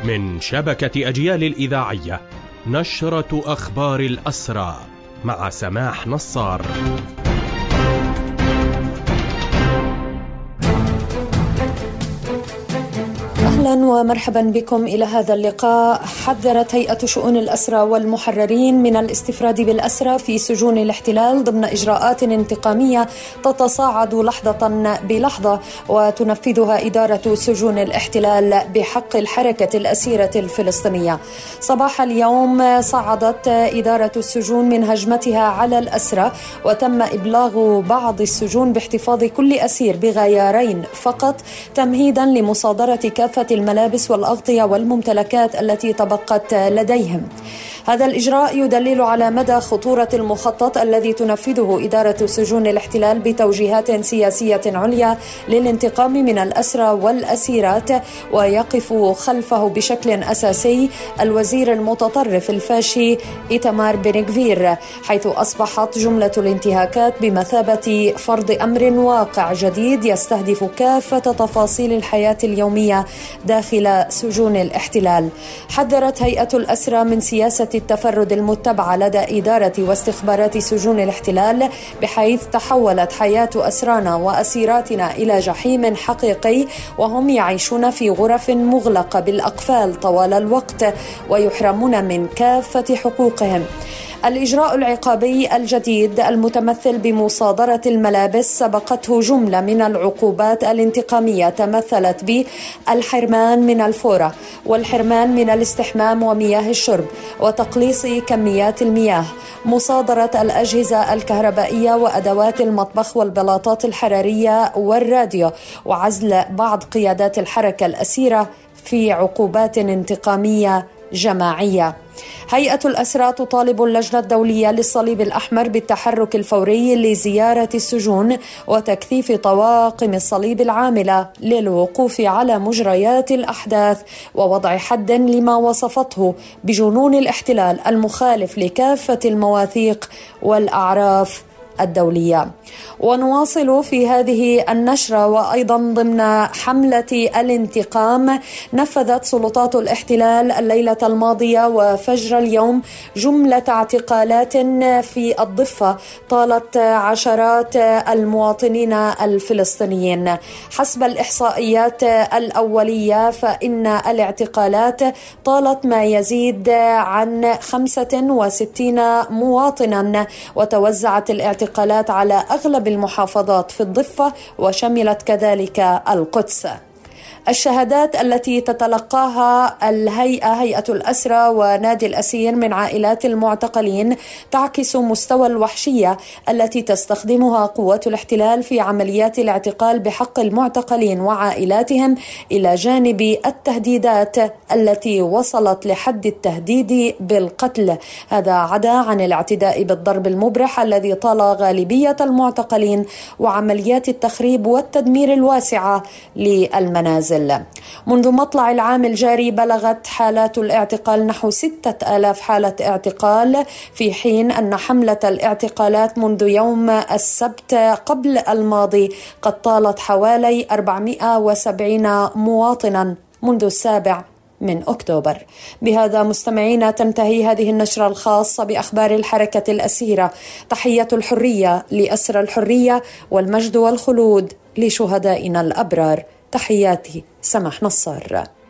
من شبكة أجيال الإذاعية، نشرة أخبار الأسرى مع سماح نصار. أهلا ومرحبا بكم إلى هذا اللقاء. حذرت هيئة شؤون الأسرى والمحررين من الاستفراد بالأسرى في سجون الاحتلال ضمن إجراءات انتقامية تتصاعد لحظة بلحظة وتنفذها إدارة سجون الاحتلال بحق الحركة الأسيرة الفلسطينية. صباح اليوم صعدت إدارة السجون من هجمتها على الأسرى، وتم إبلاغ بعض السجون باحتفاظ كل أسير بغيارين فقط تمهيدا لمصادرة كافة الملابس والأغطية والممتلكات التي تبقت لديهم. هذا الإجراء يدلل على مدى خطورة المخطط الذي تنفذه إدارة سجون الاحتلال بتوجيهات سياسية عليا للانتقام من الأسرى والأسيرات، ويقف خلفه بشكل أساسي الوزير المتطرف الفاشي إيتمار بن غفير، حيث أصبحت جملة الانتهاكات بمثابة فرض أمر واقع جديد يستهدف كافة تفاصيل الحياة اليومية داخل سجون الاحتلال. حذرت هيئة الأسرى من سياسة التفرد المتبعة لدى إدارة واستخبارات سجون الاحتلال، بحيث تحولت حياة أسرانا وأسيراتنا إلى جحيم حقيقي، وهم يعيشون في غرف مغلقة بالأقفال طوال الوقت ويحرمون من كافة حقوقهم. الإجراء العقابي الجديد المتمثل بمصادرة الملابس سبقته جملة من العقوبات الانتقامية تمثلت بالحرمان من الفورة، والحرمان من الاستحمام ومياه الشرب، وتقليص كميات المياه، مصادرة الأجهزة الكهربائية وأدوات المطبخ والبلاطات الحرارية والراديو، وعزل بعض قيادات الحركة الأسيرة في عقوبات انتقامية جماعية. هيئة الأسرى تطالب اللجنة الدولية للصليب الأحمر بالتحرك الفوري لزيارة السجون وتكثيف طواقم الصليب العاملة للوقوف على مجريات الأحداث ووضع حد لما وصفته بجنون الاحتلال المخالف لكافة المواثيق والأعراف الدولية. ونواصل في هذه النشرة، وأيضا ضمن حملة الانتقام نفذت سلطات الاحتلال الليلة الماضية وفجر اليوم جملة اعتقالات في الضفة طالت عشرات المواطنين الفلسطينيين. حسب الإحصائيات الأولية فإن الاعتقالات طالت ما يزيد عن 65 مواطنا، وتوزعت الاعتقالات على أغلب المحافظات في الضفة وشملت كذلك القدس. الشهادات التي تتلقاها هيئة الأسرى ونادي الأسير من عائلات المعتقلين تعكس مستوى الوحشية التي تستخدمها قوات الاحتلال في عمليات الاعتقال بحق المعتقلين وعائلاتهم، إلى جانب التهديدات التي وصلت لحد التهديد بالقتل. هذا عدا عن الاعتداء بالضرب المبرح الذي طال غالبية المعتقلين وعمليات التخريب والتدمير الواسعة للمنازل. منذ مطلع العام الجاري بلغت حالات الاعتقال نحو 6000 حالة اعتقال، في حين أن حملة الاعتقالات منذ يوم السبت قبل الماضي قد طالت حوالي 470 مواطنا منذ 7 أكتوبر. بهذا مستمعينا تنتهي هذه النشرة الخاصة بأخبار الحركة الأسيرة. تحية الحرية لأسرى الحرية، والمجد والخلود لشهدائنا الأبرار. تحياتي سماح نصار.